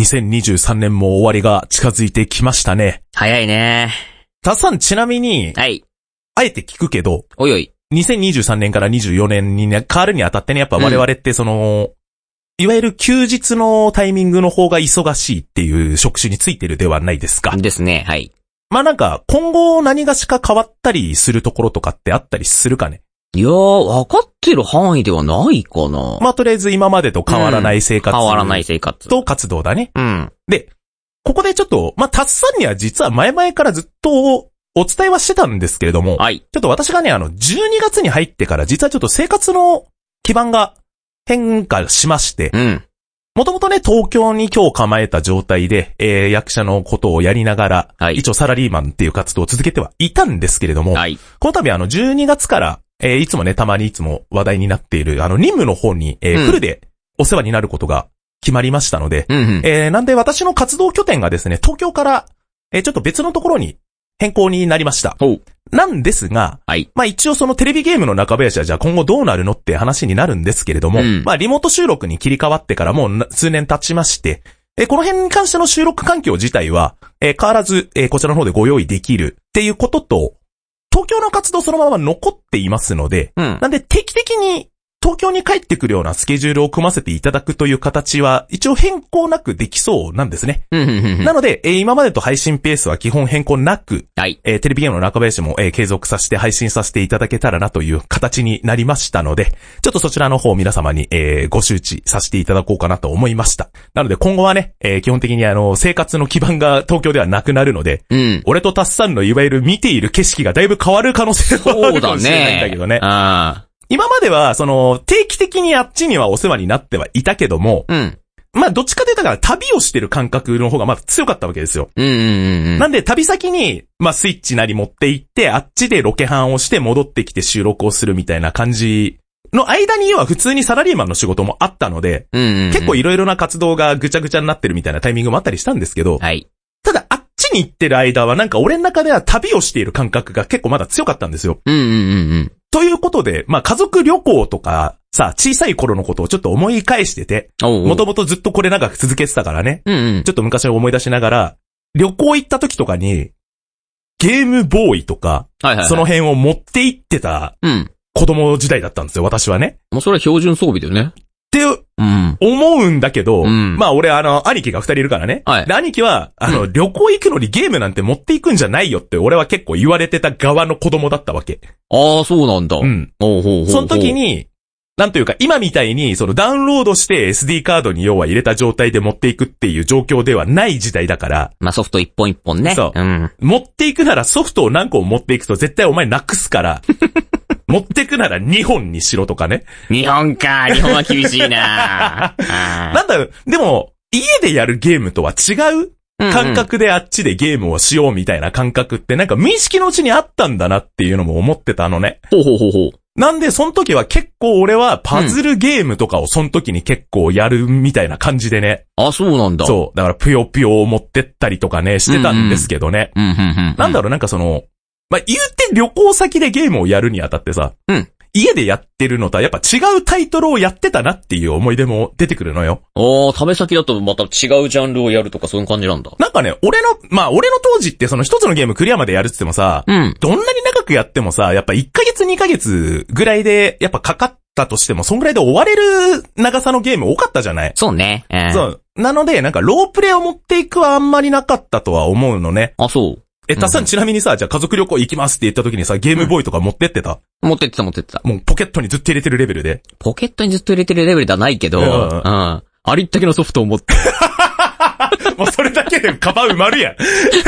2023年も終わりが近づいてきましたね。 早いね。 たっさんちなみに、 はい。 あえて聞くけど、 おいおい。 2023年から24年にね、変わるにあたってね、やっぱ我々っていわゆる休日のタイミングの方が忙しいっていう職種についてるではないですか。 ですね、はい。 まあなんか、今後何がしか変わったりするところとかってあったりするかね。 いやー、わかってる範囲ではないかな。 まあとりあえず今までと変わらない生活。 変わらない生活。 と活動だね。 うん。 で、ここでちょっと、まあタッサンには実は前々からずっとお伝えはしてたんですけれども、 はい。 ちょっと私がね、12月に入ってから実はちょっと生活の基盤が変化しまして、 うん。 もともとね、東京に今日構えた状態で、役者のことをやりながら、はい、一応サラリーマンっていう活動を続けてはいたんですけれども、はい、この度12月から、いつもね、たまにいつも話題になっている、任務の方に、フルでお世話になることが決まりましたので、なんで私の活動拠点がですね、東京から、ちょっと別のところに変更になりました。なんですが、はい、まあ一応そのテレビゲームの中林はじゃあ今後どうなるのって話になるんですけれども、まあリモート収録に切り替わってからもう数年経ちまして、この辺に関しての収録環境自体は、変わらず、こちらの方でご用意できるっていうことと、東京の活動そのまま残っていますので、なんで定期的に東京に帰ってくるようなスケジュールを組ませていただくという形は一応変更なくできそうなんですね。なので、今までと配信ペースは基本変更なく、はい、テレビゲームの中林も、継続させて配信させていただけたらなという形になりましたので、ちょっとそちらの方皆様に、ご周知させていただこうかなと思いました。なので今後はね、基本的に生活の基盤が東京ではなくなるので、俺とタッサンのいわゆる見ている景色がだいぶ変わる可能性はあるかもしれないんだけどね。今までは、定期的にあっちにはお世話になってはいたけども、まあ、どっちかというと旅をしてる感覚の方がまだ強かったわけですよ。なんで、旅先に、まあ、スイッチなり持って行って、あっちでロケハンをして戻ってきて収録をするみたいな感じの間には普通にサラリーマンの仕事もあったので、結構いろいろな活動がぐちゃぐちゃになってるみたいなタイミングもあったりしたんですけど、はい、ただ、あっちに行ってる間はなんか俺の中では旅をしている感覚が結構まだ強かったんですよ。ということで、まあ家族旅行とかさ、小さい頃のことをちょっと思い返してて、もともとずっとこれ長く続けてたからね、ちょっと昔を思い出しながら、旅行行った時とかに、ゲームボーイとか、その辺を持って行ってた、子供時代だったんですよ、私はね。 もうそれは標準装備だよね。 って思うんだけど、まあ俺兄貴が2人いるからね。はい、で兄貴は、旅行行くのにゲームなんて持っていくんじゃないよって俺は結構言われてた側の子供だったわけ。 ああ、そうなんだ。 その時に、なんというか今みたいにダウンロードして SD カードに要は入れた状態で持っていくっていう状況ではない時代だから。 まあソフト一本一本ね。 そう。持っていくならソフトを何個も持っていくと絶対お前なくすから。持ってくなら2本にしろとかね。 2本か、2本は厳しいななんだろう、でも、家でやるゲームとは違う感覚であっちでゲームをしようみたいな感覚ってなんか無意識のうちにあったんだなっていうのも思ってたのね。なんで、その時は結構俺はパズルゲームとかをその時に結構やるみたいな感じでね。 あ、そうなんだ。 そう。だからぷよぷよを持ってったりとかね、してたんですけどね。なんだろう、なんかまあ、言うて旅行先でゲームをやるにあたってさ、家でやってるのとはやっぱ違うタイトルをやってたなっていう思い出も出てくるのよ。 試先だとまた違うジャンルをやるとかそういう感じなんだ。 なんかね、俺の当時って一つのゲームクリアまでやるって言ってもさ、どんなに長くやってもさ、やっぱ1ヶ月2ヶ月ぐらいでやっぱかかったとしても、そんぐらいで終われる長さのゲーム多かったじゃない？ そうね。 そう。なので、なんかロープレイを持っていくはあんまりなかったとは思うのね。 あ、そう。 タッサンちなみにさ、じゃあ家族旅行行きますって言った時にさ、ゲームボーイとか持ってってた？ 持ってってた。 もうポケットにずっと入れてるレベルで。 ポケットにずっと入れてるレベルではないけど、ありったけのソフトを持って。 もうそれだけでカバン埋まるやん。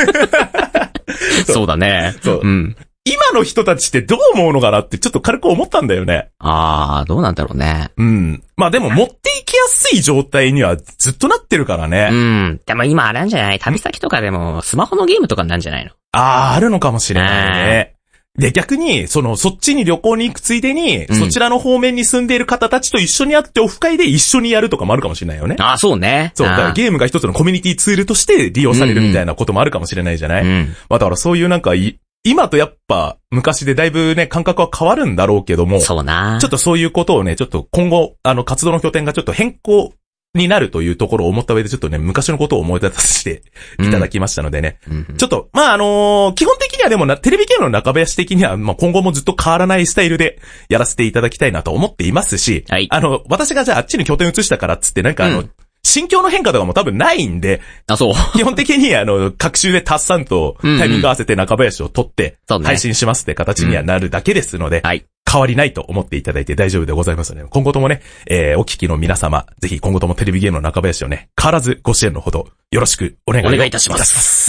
そうだね。 そう。今の人たちってどう思うのかなってちょっと軽く思ったんだよね。 どうなんだろうね。 まあでも持っていきやすい状態にはずっとなってるからね。 でも今あれなんじゃない？旅先とかでもスマホのゲームとかなんじゃないの？ あるのかもしれないね。で、逆に、そっちに旅行に行くついでに、そちらの方面に住んでいる方たちと一緒に会ってオフ会で一緒にやるとかもあるかもしれないよね。 そうね。 そう、だからゲームが一つのコミュニティツールとして利用されるみたいなこともあるかもしれないじゃない？まあだからそういうなんか今とやっぱ昔でだいぶね、感覚は変わるんだろうけども。 そうな。 ちょっとそういうことをね、ちょっと今後、活動の拠点がちょっと変更になるというところを思った上でちょっとね、昔のことを思い出させていただきましたのでね。ちょっと、まあ、基本的にはでもテレビゲームの中林的には、まあ、今後もずっと変わらないスタイルでやらせていただきたいなと思っていますし、はい、私がじゃああっちに拠点移したからっつってなんか心境の変化とかも多分ないんで、 そう。 基本的に各週でタッサンとタイミング合わせて中林を取って、配信しますって形にはなるだけですので、はい。変わりないと思っていただいて大丈夫でございますので、今後ともね、お聞きの皆様、ぜひ今後ともテレビゲームの中林をね、変わらずご支援のほどよろしくお願いいたします。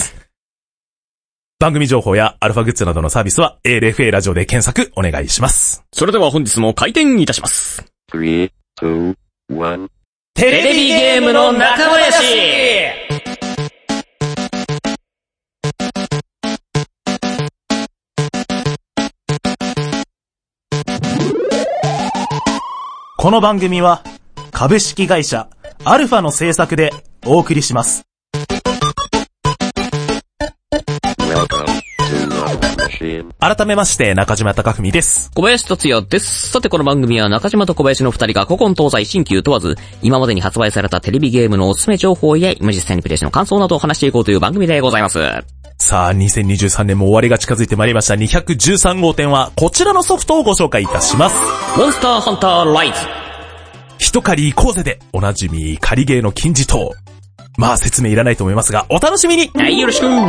番組情報やアルファグッズなどのサービスは ALFA ラジオで検索お願いします。 それでは本日も開店いたします。 3、2、1 テレビゲームの中林。 この番組は株式会社アルファの制作でお送りします。改めまして中島貴文です。 小林達也です。さてこの番組は中島と小林の二人が古今東西新旧問わず今までに発売されたテレビゲームのおすすめ情報や今実際にプレイしての感想などを話していこうという番組でございます。 さあ2023年も終わりが近づいてまいりました。213号店はこちらのソフトをご紹介いたします。 モンスターハンターライズ。 一狩り行こうぜでおなじみ狩りゲーの金字塔。まあ説明いらないと思いますがお楽しみに。 はい、よろしく。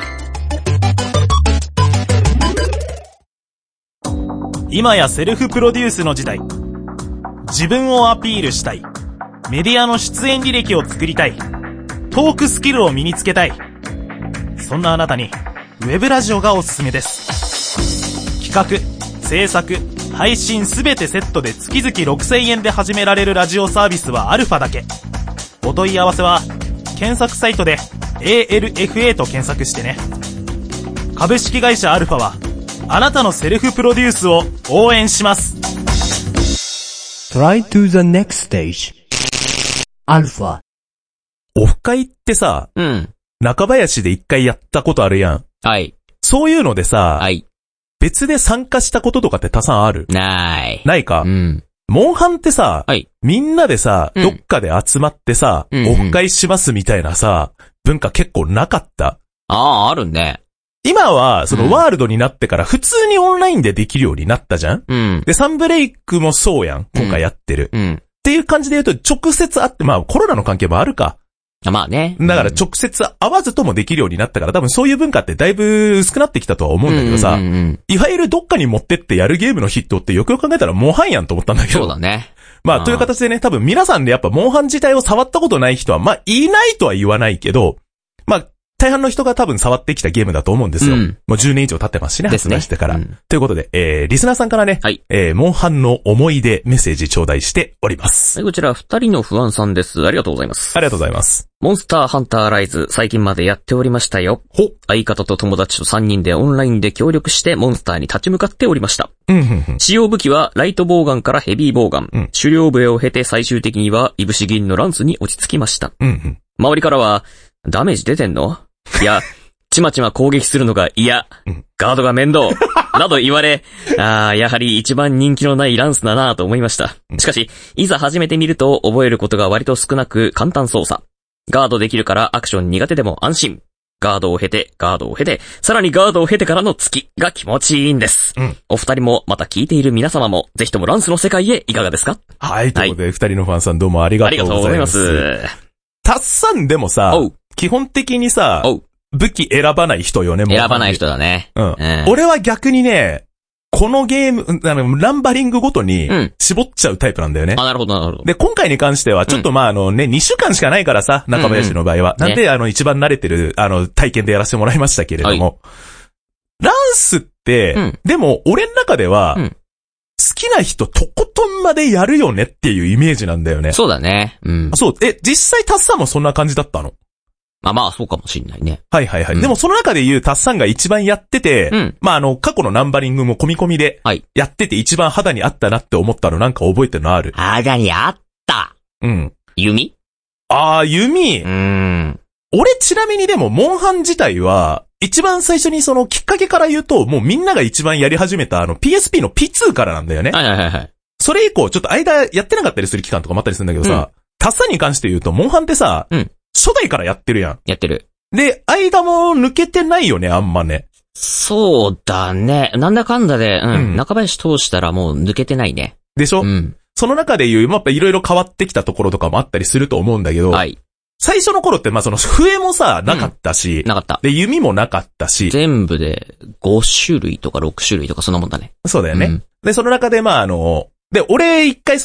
今やセルフプロデュースの時代。自分をアピールしたい。メディアの出演履歴を作りたい。トークスキルを身につけたい。そんなあなたにウェブラジオがおすすめです。企画、制作、配信すべてセットで月々6000円で始められるラジオサービスはアルファだけ。お問い合わせは検索サイトで ALFA と検索してね。株式会社アルファはあなたのセルフプロデュースを応援します。 Try to the next stage アルファ。 オフ会ってさ、中林で一回やったことあるやん。 はい。 そういうのでさ、 はい。 別で参加したこととかって多々ある？ないか。モンハンってさ、はい、みんなでさ、どっかで集まってさ、オフ会しますみたいなさ、文化結構なかった？ あるね。 今は、そのワールドになってから普通にオンラインでできるようになったじゃん？で、サンブレイクもそうやん。今回やってる。っていう感じで言うと、直接会って、まあコロナの関係もあるか。 まあね。 だから直接会わずともできるようになったから、多分そういう文化ってだいぶ薄くなってきたとは思うんだけどさ、いわゆるどっかに持ってってやるゲームのヒットってよくよく考えたらモンハンやんと思ったんだけど。 そうだね。 まあという形でね、多分皆さんでやっぱモンハン自体を触ったことない人は、まあいないとは言わないけど、まあ大半の人が多分触ってきたゲームだと思うんですよ。もう10年以上経ってますしね、発売してから。ということで、リスナーさんからね、はい、モンハンの思い出メッセージ頂戴しております。 はい、こちら二人の不安さんです。ありがとうございます。 ありがとうございます。 モンスターハンターライズ、最近までやっておりましたよ。相方と友達と3人でオンラインで協力してモンスターに立ち向かっておりました。使用武器はライトボウガンからヘビーボウガン、狩猟笛を経て最終的にはいぶし銀のランスに落ち着きました。周りからは、ダメージ出てんの？いや、ちまちま攻撃するのが嫌。ガードが面倒。など言われ、やはり一番人気のないランスだなぁと思いました。しかし、いざ始めてみると覚えることが割と少なく簡単操作。ガードできるからアクション苦手でも安心。ガードを経て、さらにガードを経てからの月が気持ちいいんです。お二人もまた聞いている皆様も、ぜひともランスの世界へいかがですか？ はい、ということで、二人のファンさんどうもありがとうございます。タッサンでもさ、基本的にさ、武器選ばない人よね、もう。 選ばない人だね。 俺は逆にね、このゲーム、ランバリングごとに絞っちゃうタイプなんだよね。 なるほど、なるほど。 で、今回に関しては、ちょっと2週間しかないからさ、中林の場合は。なんで、一番慣れてる、体験でやらせてもらいましたけれども。ランスって、でも、俺の中では、好きな人とことんまでやるよねっていうイメージなんだよね。 そうだね。 そう。実際タッサンもそんな感じだったの？ まあ、そうかもしんないね。 はいはいはい。でもその中で言うタッサンが一番やってて、過去のナンバリングも込み込みで、やってて一番肌にあったなって思ったのなんか覚えてるのある？ 肌にあった。弓？ 弓。俺ちなみにでも、モンハン自体は、一番最初にそのきっかけから言うと、もうみんなが一番やり始めたPSP の P2 からなんだよね。 はい。 それ以降、ちょっと間やってなかったりする期間とかもあったりするんだけどさ、 タッサンに関して言うと、モンハンってさ、初代からやってるやん。 やってる。 で、間も抜けてないよね、あんまね。 そうだね。なんだかんだで、中林通したらもう抜けてないね。 でしょ？その中で言う、やっぱいろいろ変わってきたところとかもあったりすると思うんだけど、はい。最初の頃って、その笛もさ、なかったし、 なかった。 で、弓もなかったし。 全部で5種類とか6種類とかそんなもんだね。 そうだよね。で、その中でで、俺一回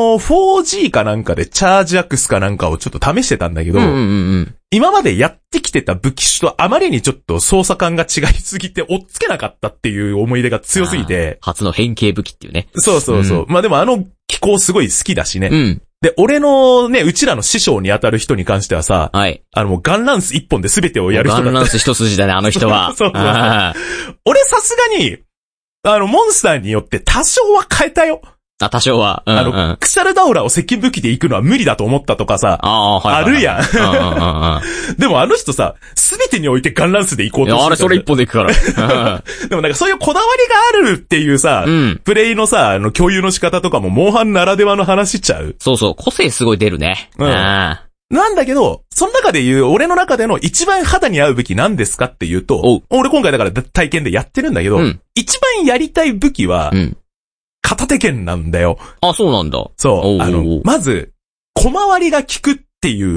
4G かなんかでチャージアクスかなんかをちょっと試してたんだけど、今までやってきてた武器種とあまりにちょっと操作感が違いすぎて追っつけなかったっていう思い出が強すぎて。 初の変形武器っていうね。 そうそうそう。でも機構すごい好きだしね。で、俺のね、うちらの師匠に当たる人に関してはさ、はい。もうガンランス一本で全てをやる人だった。 ガンランス一筋だね、あの人は。 そう。俺さすがに、モンスターによって多少は変えたよ。 多少は。 クシャルダオラを石器武器で行くのは無理だと思ったとかさ、あるやん。でもあの人さ、すべてにおいてガンランスで行こうとしてる。 あれそれ一本で行くから。 でもなんかそういうこだわりがあるっていうさ、プレイのさ、共有の仕方とかもモンハンならではの話しちゃう。 そうそう、個性すごい出るね。 なんだけど、その中で言う、俺の中での一番肌に合う武器なんですかっていうと、俺今回だから体験でやってるんだけど、一番やりたい武器は、片手剣なんだよ。 あ、そうなんだ。 そう。まず、小回りが効くっていう。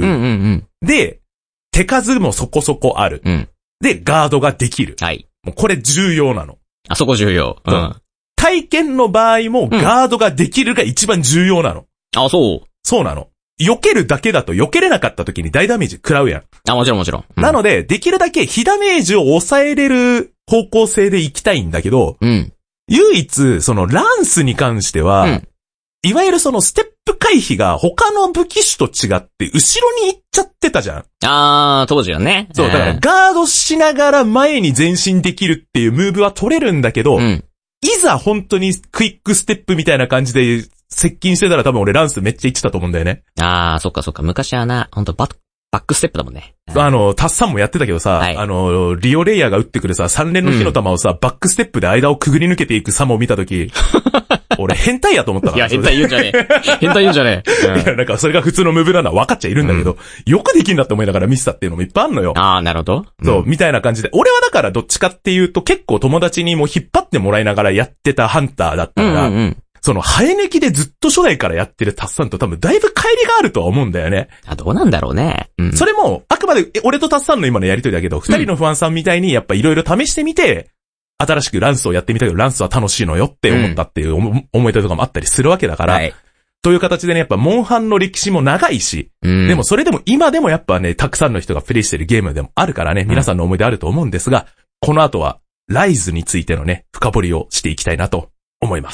で、手数もそこそこある。で、ガードができる。はい。もうこれ重要なの。 あそこ重要。 体験の場合もガードができるが一番重要なの。 あ、そう。 そうなの。避けるだけだと避けれなかった時に大ダメージ食らうやん。 あ、もちろんもちろん。 なので、できるだけ非ダメージを抑えれる方向性で行きたいんだけど、唯一、ランスに関しては、いわゆるステップ回避が他の武器種と違って後ろに行っちゃってたじゃん。 当時はね。 そう、だからガードしながら前に前進できるっていうムーブは取れるんだけど、いざ本当にクイックステップみたいな感じで接近してたら多分俺ランスめっちゃ行ってたと思うんだよね。 そっかそっか。昔は本当バックステップだもんね。 タッサンもやってたけどさ、リオレイヤーが撃ってくるさ、3連の火の玉をさ、バックステップで間をくぐり抜けていくサムを見たとき、俺変態やと思ったから。 いや、変態言うんじゃねえ。変態言うんじゃねえ。いや、なんかそれが普通のムーブなのは分かっちゃいるんだけど、よくできんだって思いながら見せたっていうのもいっぱいあんのよ。 なるほど。 そう、みたいな感じで。俺はだからどっちかっていうと結構友達にも引っ張ってもらいながらやってたハンターだったから、生え抜きでずっと初代からやってるタッサンと多分だいぶ乖離があるとは思うんだよね。 どうなんだろうね。 それも、あくまで俺とタッサンの今のやりとりだけど、二人の不安さんみたいにやっぱいろいろ試してみて、新しくランスをやってみたけど、ランスは楽しいのよって思ったっていう思い出とかもあったりするわけだから、という形でね、やっぱモンハンの歴史も長いし、でもそれでも今でもやっぱね、たくさんの人がプレイしてるゲームでもあるからね、皆さんの思い出あると思うんですが、この後はライズについてのね、深掘りをしていきたいなと思います。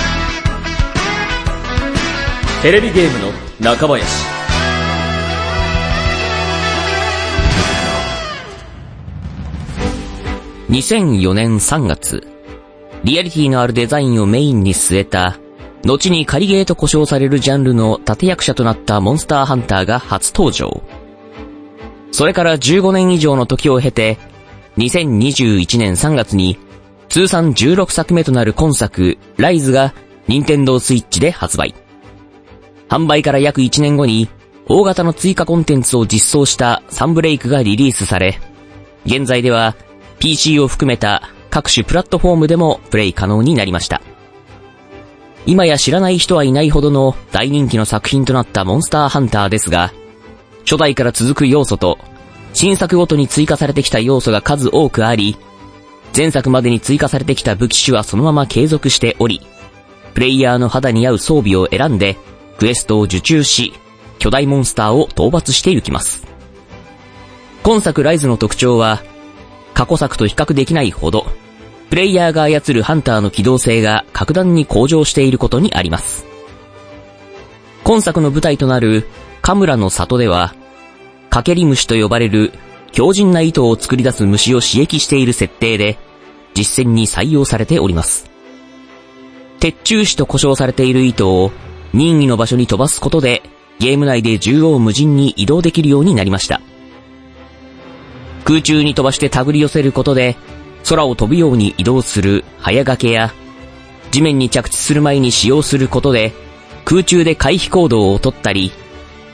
テレビゲームの中林。2004年3月、リアリティのあるデザインをメインに据えた、後に仮ゲーと呼称されるジャンルの立役者となったモンスターハンターが初登場。それから15年以上の時を経て、2021年3月に通算16作目となる今作、ライズが任天堂スイッチで発売。販売から約1年後に、大型の追加コンテンツを実装したサンブレイクがリリースされ、現在では PC を含めた各種プラットフォームでもプレイ可能になりました。今や知らない人はいないほどの大人気の作品となったモンスターハンターですが、初代から続く要素と、新作ごとに追加されてきた要素が数多くあり、前作までに追加されてきた武器種はそのまま継続しており、プレイヤーの肌に合う装備を選んで、クエストを受注し、巨大モンスターを討伐していきます。今作ライズの特徴は、過去作と比較できないほど、プレイヤーが操るハンターの機動性が格段に向上していることにあります。今作の舞台となるカムラの里では、かけり虫と呼ばれる強靭な糸を作り出す虫を刺激している設定で、実戦に採用されております。鉄柱糸と呼称されている糸を任意の場所に飛ばすことで、ゲーム内で縦横無尽に移動できるようになりました。空中に飛ばして手繰り寄せることで、空を飛ぶように移動する早掛けや、地面に着地する前に使用することで、空中で回避行動を取ったり、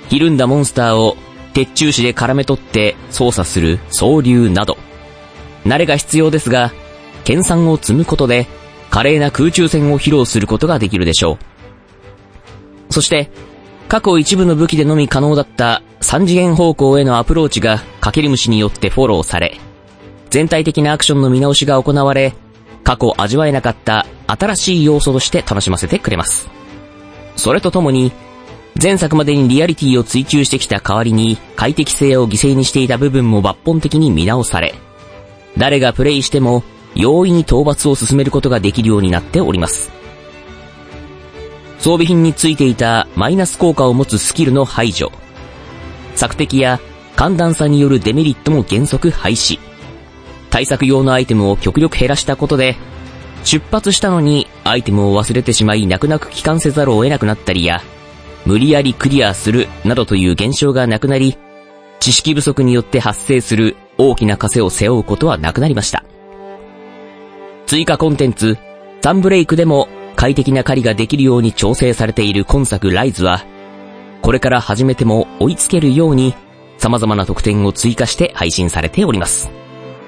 ひるんだモンスターを鉄柱子で絡め取って操作する操縦など、慣れが必要ですが、研鑽を積むことで華麗な空中戦を披露することができるでしょう。そして、過去一部の武器でのみ可能だった3次元方向へのアプローチがかける虫によってフォローされ、全体的なアクションの見直しが行われ、過去味わえなかった新しい要素として楽しませてくれます。それとともに、前作までにリアリティを追求してきた代わりに快適性を犠牲にしていた部分も抜本的に見直され、誰がプレイしても容易に討伐を進めることができるようになっております。装備品についていたマイナス効果を持つスキルの排除、索敵や寒暖差によるデメリットも原則廃止、対策用のアイテムを極力減らしたことで、出発したのにアイテムを忘れてしまい泣く泣く帰還せざるを得なくなったりや、無理やりクリアするなどという現象がなくなり、知識不足によって発生する大きな枷を背負うことはなくなりました。追加コンテンツ、サンブレイクでも快適な狩りができるように調整されている今作ライズは、これから始めても追いつけるように様々な特典を追加して配信されております。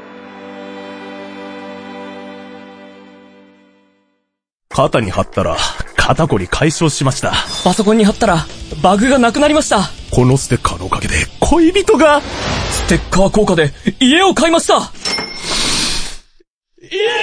肩に貼ったら肩こり解消しました。 パソコンに貼ったらバグがなくなりました。 このステッカーのおかげで恋人がステッカー効果で家を買いました。イエ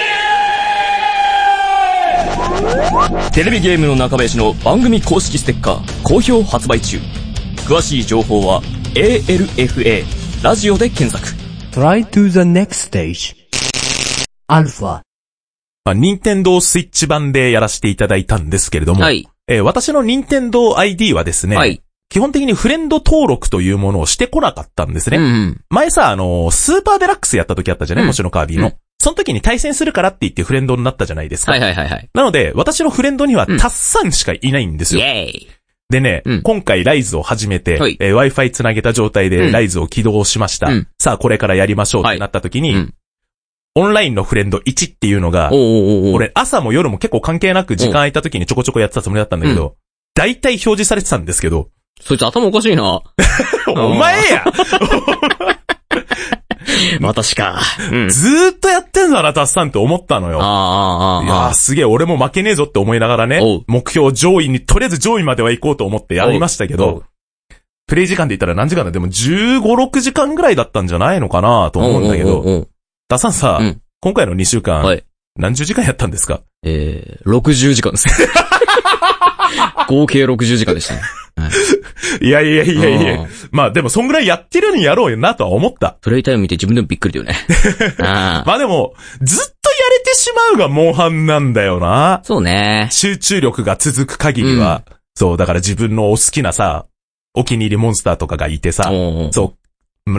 ーイ！テレビゲームの中林の番組公式ステッカー好評発売中。詳しい情報は ALFA ラジオで検索。 Try to the next stage. アルファ。 任天堂スイッチ版でやらせていただいたんですけれども、はい、私の任天堂 ID はですね、はい、基本的にフレンド登録というものをしてこなかったんですね。うんうん、前さ、スーパーデラックスやった時あったじゃない、星野カービィの。その時に対戦するからって言ってフレンドになったじゃないですか。はいはいはいはい。なので、私のフレンドにはタッサンしかいないんですよ。イェーイ。でね、今回ライズを始めて、Wi-Fi つなげた状態でライズを起動しました。さあ、これからやりましょうってなった時に、オンラインのフレンド1っていうのが、俺朝も夜も結構関係なく時間空いた時にちょこちょこやってたつもりだったんだけど、大体表示されてたんですけど。 そいつ頭おかしいな。 お前や私か。 ずーっとやってんだな、タッサンって思ったのよ。いやーすげえ、俺も負けねえぞって思いながらね、目標上位に、とりあえず上位までは行こうと思ってやりましたけど、プレイ時間で言ったら何時間だ？でも15、6時間ぐらいだったんじゃないのかなと思うんだけど、タッサンさ、今回の2週間、何十時間やったんですか ？60時間です。合計60時間でしたね。 いや。まあでもそんぐらいやってるようにやろうよなとは思った。 プレイタイム見て自分でもびっくりだよね。 まあでも、ずっとやれてしまうがモンハンなんだよな。 そうね。 集中力が続く限りは。そう、だから自分の好きなさ、お気に入りモンスターとかがいてさ、そう、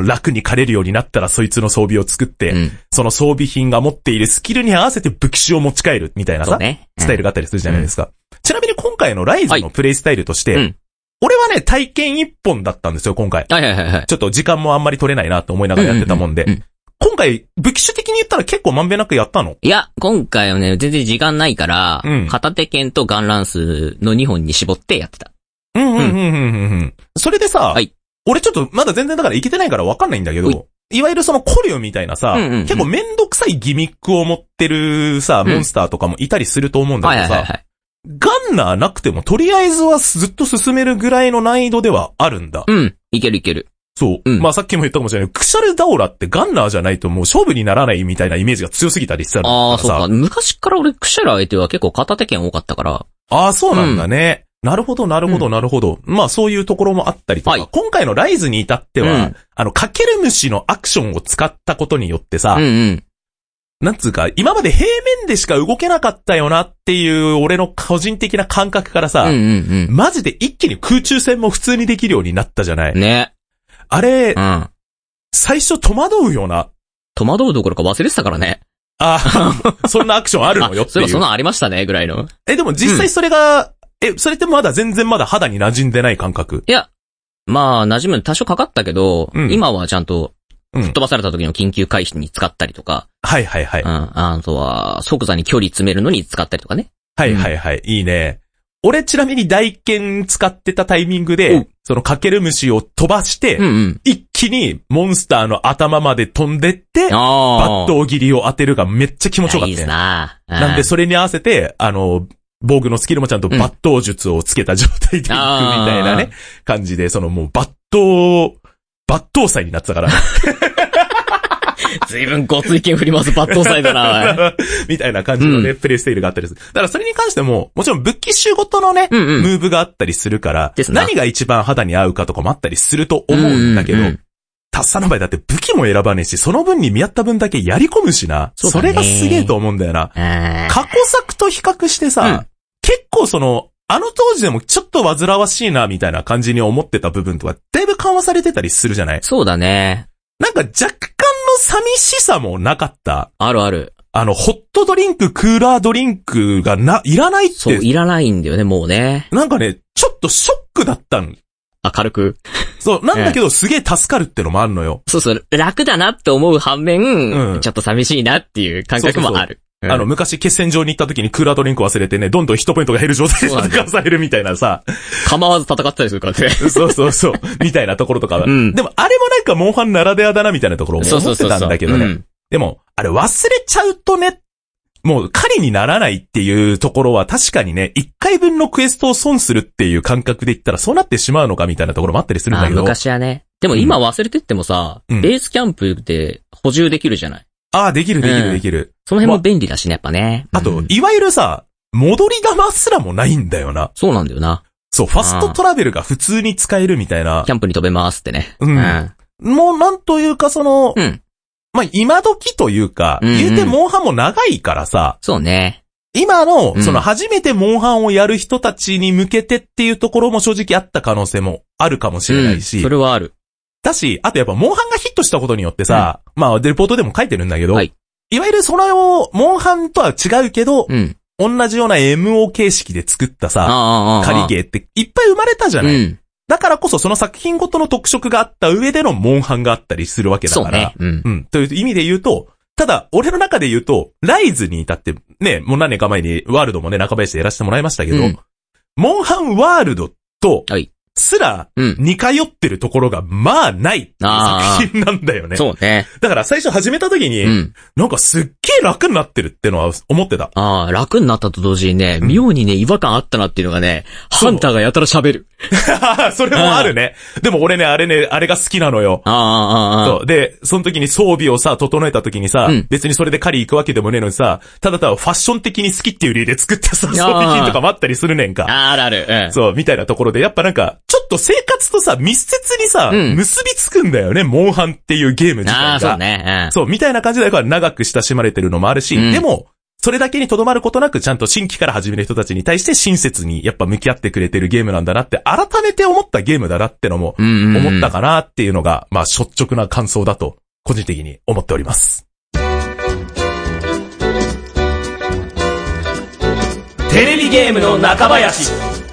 楽に狩れるようになったらそいつの装備を作って、その装備品が持っているスキルに合わせて武器種を持ち帰るみたいなさ、スタイルがあったりするじゃないですか。ちなみに今回のライズのプレイスタイルとして、俺はね、体験一本だったんですよ、今回。ちょっと時間もあんまり取れないなと思いながらやってたもんで。今回、武器種的に言ったら結構まんべんなくやったの？ いや、今回はね、全然時間ないから、片手剣とガンランスの2本に絞ってやってた。 それでさ、俺ちょっとまだ全然だからいけてないからわかんないんだけど、いわゆるそのコリュみたいなさ、結構めんどくさいギミックを持ってるさ、モンスターとかもいたりすると思うんだけどさ、ガンナーなくてもとりあえずはずっと進めるぐらいの難易度ではあるんだ。 いけるいける。 そう。まあさっきも言ったかもしれない。クシャルダオラってガンナーじゃないともう勝負にならないみたいなイメージが強すぎたりしてたからさ。 そうか。昔から俺クシャル相手は結構片手剣多かったから。 そうなんだね。なるほど。まあそういうところもあったりとか、今回のライズに至っては、かける虫のアクションを使ったことによってさ、なんつうか、今まで平面でしか動けなかったよなっていう俺の個人的な感覚からさ、マジで一気に空中戦も普通にできるようになったじゃない。ね。あれ、最初戸惑うよな。 戸惑うどころか忘れてたからね。 そんなアクションあるのよっていう。 そういえばそんなありましたね、ぐらいの。 でも実際それが、それってまだ全然まだ肌に馴染んでない感覚？ いや、まあ馴染む多少かかったけど、今はちゃんと、吹っ飛ばされた時の緊急回避に使ったりとか。あとは、即座に距離詰めるのに使ったりとかね。 いいね。 俺ちなみに大剣使ってたタイミングで、そのかける虫を飛ばして、一気にモンスターの頭まで飛んでって、バット切りを当てるがめっちゃ気持ちよかった。いいですな。なんでそれに合わせて、防具のスキルもちゃんと抜刀術をつけた状態でいくみたいなね、感じで、そのもう抜刀祭になってたから。 随分ごつい剣振ります抜刀祭だな。 みたいな感じのね、プレイスタイルがあったりする。だからそれに関しても、もちろん武器種ごとのね、ムーブがあったりするから、何が一番肌に合うかとかもあったりすると思うんだけど、タッサの場合だって武器も選ばねえし、その分に見合った分だけやり込むしな。それがすげえと思うんだよな。過去作と比較してさ、結構あの当時でもちょっと煩わしいなみたいな感じに思ってた部分とか、だいぶ緩和されてたりするじゃない？ そうだね。 なんか若干の寂しさもなかった。 あるある。 ホットドリンク、クーラードリンクがいらないって。 そう、いらないんだよね、もうね。 なんかね、ちょっとショックだったの。 軽く。 そう、なんだけどすげえ助かるってのもあるのよ。 そうそう、楽だなって思う反面、ちょっと寂しいなっていう感覚もある。 昔決戦場に行った時にクーラードリンク忘れてね、どんどんヒットポイントが減る状態で戦わされるみたいなさ。 構わず戦ったりするからね。 そう。みたいなところとかは。でもあれもなんかモンハンならではだなみたいなところを思ってたんだけどね。でも、あれ忘れちゃうとね、もう狩りにならないっていうところは確かにね、1回分のクエストを損するっていう感覚で言ったらそうなってしまうのかみたいなところもあったりするんだけど。 昔はね。でも今忘れてってもさ、ベースキャンプで補充できるじゃない。 できる。 その辺も便利だしね、やっぱね。 あと、いわゆるさ、戻り玉すらもないんだよな。 そうなんだよな。 そう、ファストトラベルが普通に使えるみたいな。 キャンプに飛べますってね。 もうなんというかま今時というか、言うてモンハンも長いからさ。 そうね。 今の、初めてモンハンをやる人たちに向けてっていうところも正直あった可能性もあるかもしれないし。 それはある。 だし、あとやっぱモンハンがヒットしたことによってさ、レポートでも書いてるんだけど、いわゆるモンハンとは違うけど、同じような MO 形式で作ったさ、仮ゲーっていっぱい生まれたじゃない。だからこそその作品ごとの特色があった上でのモンハンがあったりするわけだから。そうね。という意味で言うと、ただ、俺の中で言うと、ライズに至って、ね、もう何年か前にワールドもね、中林でやらせてもらいましたけど、モンハンワールドと、すら、似通ってるところが、まあ、ないっていう作品なんだよね。 そうね。 だから最初始めた時に、なんかすっげえ楽になってるってのは思ってた。 楽になったと同時にね、妙にね、違和感あったなっていうのがね、ハンターがやたら喋る。 それもあるね。でも俺ね、あれが好きなのよ。そう。で、その時に装備をさ、整えた時にさ、別にそれで狩り行くわけでもねえのにさ、ただファッション的に好きっていう理由で作ったさ、装備品とかもあったりするねんか。 ある。 そう、みたいなところで、やっぱなんか、ちょっと生活とさ、密接にさ、結びつくんだよね、モンハンっていうゲーム自体が。 そうね。 そう、みたいな感じで長く親しまれてるのもあるし、でも、それだけにとどまることなく、ちゃんと新規から始める人たちに対して親切にやっぱ向き合ってくれてるゲームなんだなって、改めて思ったゲームだなってのも、思ったかなっていうのが、率直な感想だと、個人的に思っております。 テレビゲームの中林。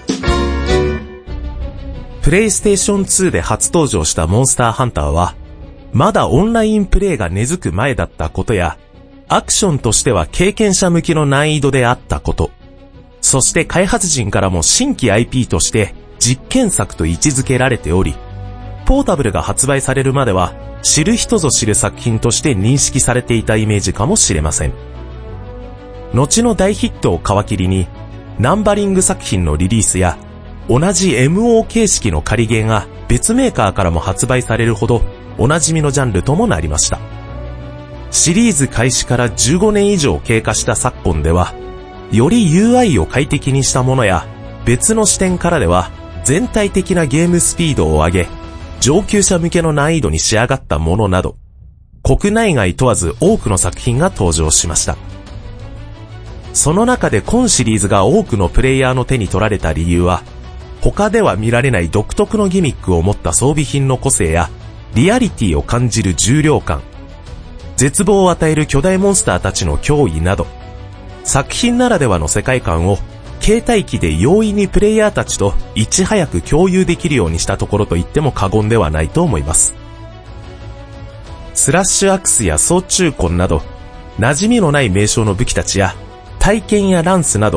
プレイステーション2で初登場したモンスターハンターは、まだオンラインプレイが根付く前だったことや、アクションとしては経験者向きの難易度であったこと、そして開発陣からも新規 IP として実験作と位置づけられており、ポータブルが発売されるまでは知る人ぞ知る作品として認識されていたイメージかもしれません。後の大ヒットを皮切りに、ナンバリング作品のリリースや同じ MO 形式の仮ゲーが別メーカーからも発売されるほどおなじみのジャンルともなりました。シリーズ開始から15年以上経過した昨今では、より UI を快適にしたものや別の視点からでは全体的なゲームスピードを上げ、上級者向けの難易度に仕上がったものなど、国内外問わず多くの作品が登場しました。その中で今シリーズが多くのプレイヤーの手に取られた理由は、他では見られない独特のギミックを持った装備品の個性や、リアリティを感じる重量感、絶望を与える巨大モンスターたちの脅威など、作品ならではの世界観を携帯機で容易にプレイヤーたちといち早く共有できるようにしたところと言っても過言ではないと思います。スラッシュアクスや総中魂など、馴染みのない名称の武器たちや、体剣やランスなど、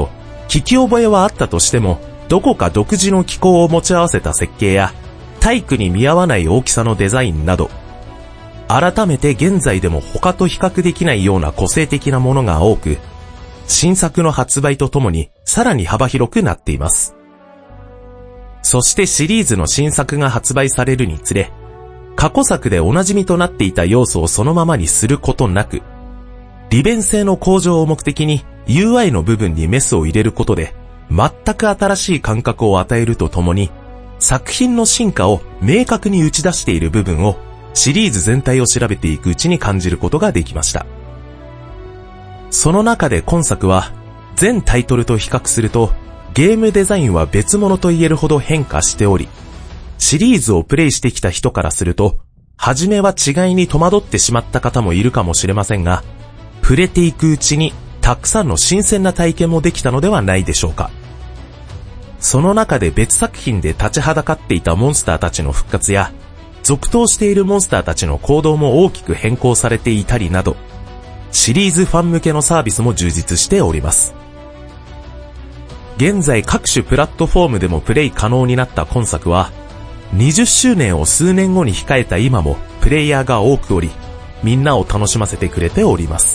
聞き覚えはあったとしても、どこか独自の機構を持ち合わせた設計や、体育に見合わない大きさのデザインなど、改めて現在でも他と比較できないような個性的なものが多く、新作の発売とともにさらに幅広くなっています。そしてシリーズの新作が発売されるにつれ、過去作でおなじみとなっていた要素をそのままにすることなく、利便性の向上を目的に UI の部分にメスを入れることで、全く新しい感覚を与えるとともに、作品の進化を明確に打ち出している部分をシリーズ全体を調べていくうちに感じることができました。その中で今作は全タイトルと比較するとゲームデザインは別物と言えるほど変化しており、シリーズをプレイしてきた人からすると初めは違いに戸惑ってしまった方もいるかもしれませんが、触れていくうちにたくさんの新鮮な体験もできたのではないでしょうか。その中で別作品で立ちはだかっていたモンスターたちの復活や、続投しているモンスターたちの行動も大きく変更されていたりなど、シリーズファン向けのサービスも充実しております。現在各種プラットフォームでもプレイ可能になった今作は、20周年を数年後に控えた今もプレイヤーが多くおり、みんなを楽しませてくれております。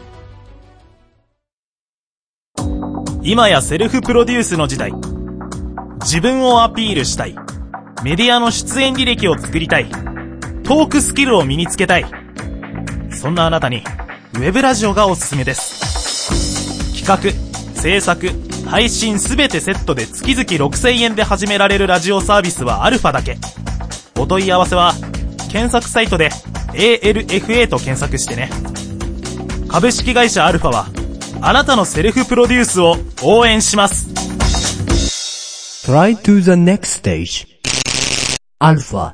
今やセルフプロデュースの時代。自分をアピールしたい。メディアの出演履歴を作りたい。トークスキルを身につけたい。そんなあなたにウェブラジオがおすすめです。企画、制作、配信すべてセットで月々6000円で始められるラジオサービスはアルファだけ。お問い合わせは検索サイトで ALFA と検索してね。株式会社アルファはあなたのセルフプロデュースを応援します。 Try to the next stage. アルファ。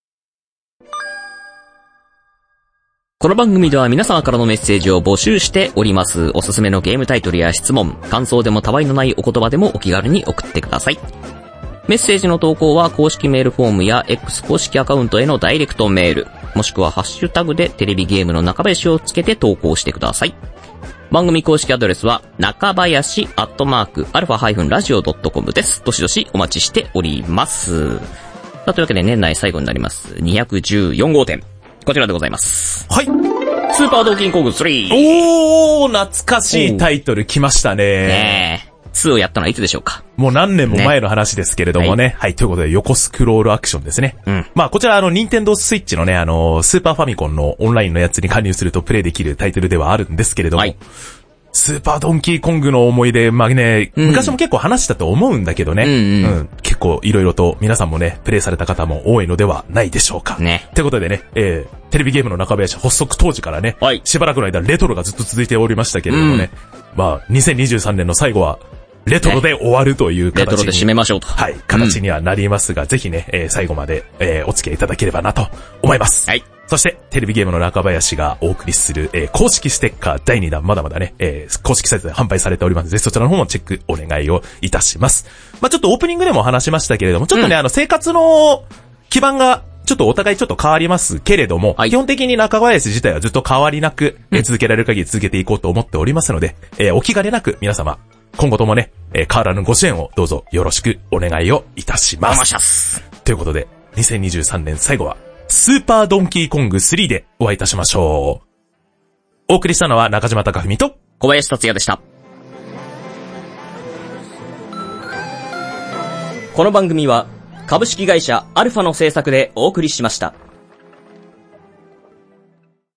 この番組では皆様からのメッセージを募集しております。おすすめのゲームタイトルや質問、感想でもたわいのないお言葉でもお気軽に送ってください。メッセージの投稿は公式メールフォームや X 公式アカウントへのダイレクトメール、もしくはハッシュタグでテレビゲームの中林をつけて投稿してください。番組公式アドレスは中林@alpha-radio.com です。どしどしお待ちしております。というわけで年内最後になります214号店、こちらでございます。 はい。 スーパードンキーコング3。 懐かしいタイトル来ましたね。 ねえ。2をやったのはいつでしょうか。 もう何年も前の話ですけれどもね。はい、ということで横スクロールアクションですね。まあこちらニンテンドースイッチのね、スーパーファミコンのオンラインのやつに加入するとプレイできるタイトルではあるんですけれども。はい。スーパードンキーコングの思い出、まあね、昔も結構話したと思うんだけどね。結構いろいろと皆さんもね、プレイされた方も多いのではないでしょうか。ね。ってことでね、テレビゲームの中林発足当時からね、はい、しばらくの間レトロがずっと続いておりましたけれどもね、まあ2023年の最後は、レトロで終わるという形に、 レトロで締めましょうと。 はい、形にはなりますが、ぜひね、最後まで、お付き合いいただければなと思います。はい。そして、テレビゲームの中林がお送りする、公式ステッカー第2弾、まだまだね、公式サイトで販売されておりますので、そちらの方もチェックお願いをいたします。まあちょっとオープニングでも話しましたけれども、ちょっとね、生活の基盤が、ちょっとお互いちょっと変わりますけれども、はい、基本的に中林自体はずっと変わりなく、続けられる限り続けていこうと思っておりますので、お気兼ねなく皆様、今後ともね、変わらぬご支援をどうぞよろしくお願いをいたします。お願いします。ということで、2023年最後は、スーパードンキーコング3でお会いいたしましょう。お送りしたのは中島貴文と小林達也でした。この番組は株式会社アルファの制作でお送りしました。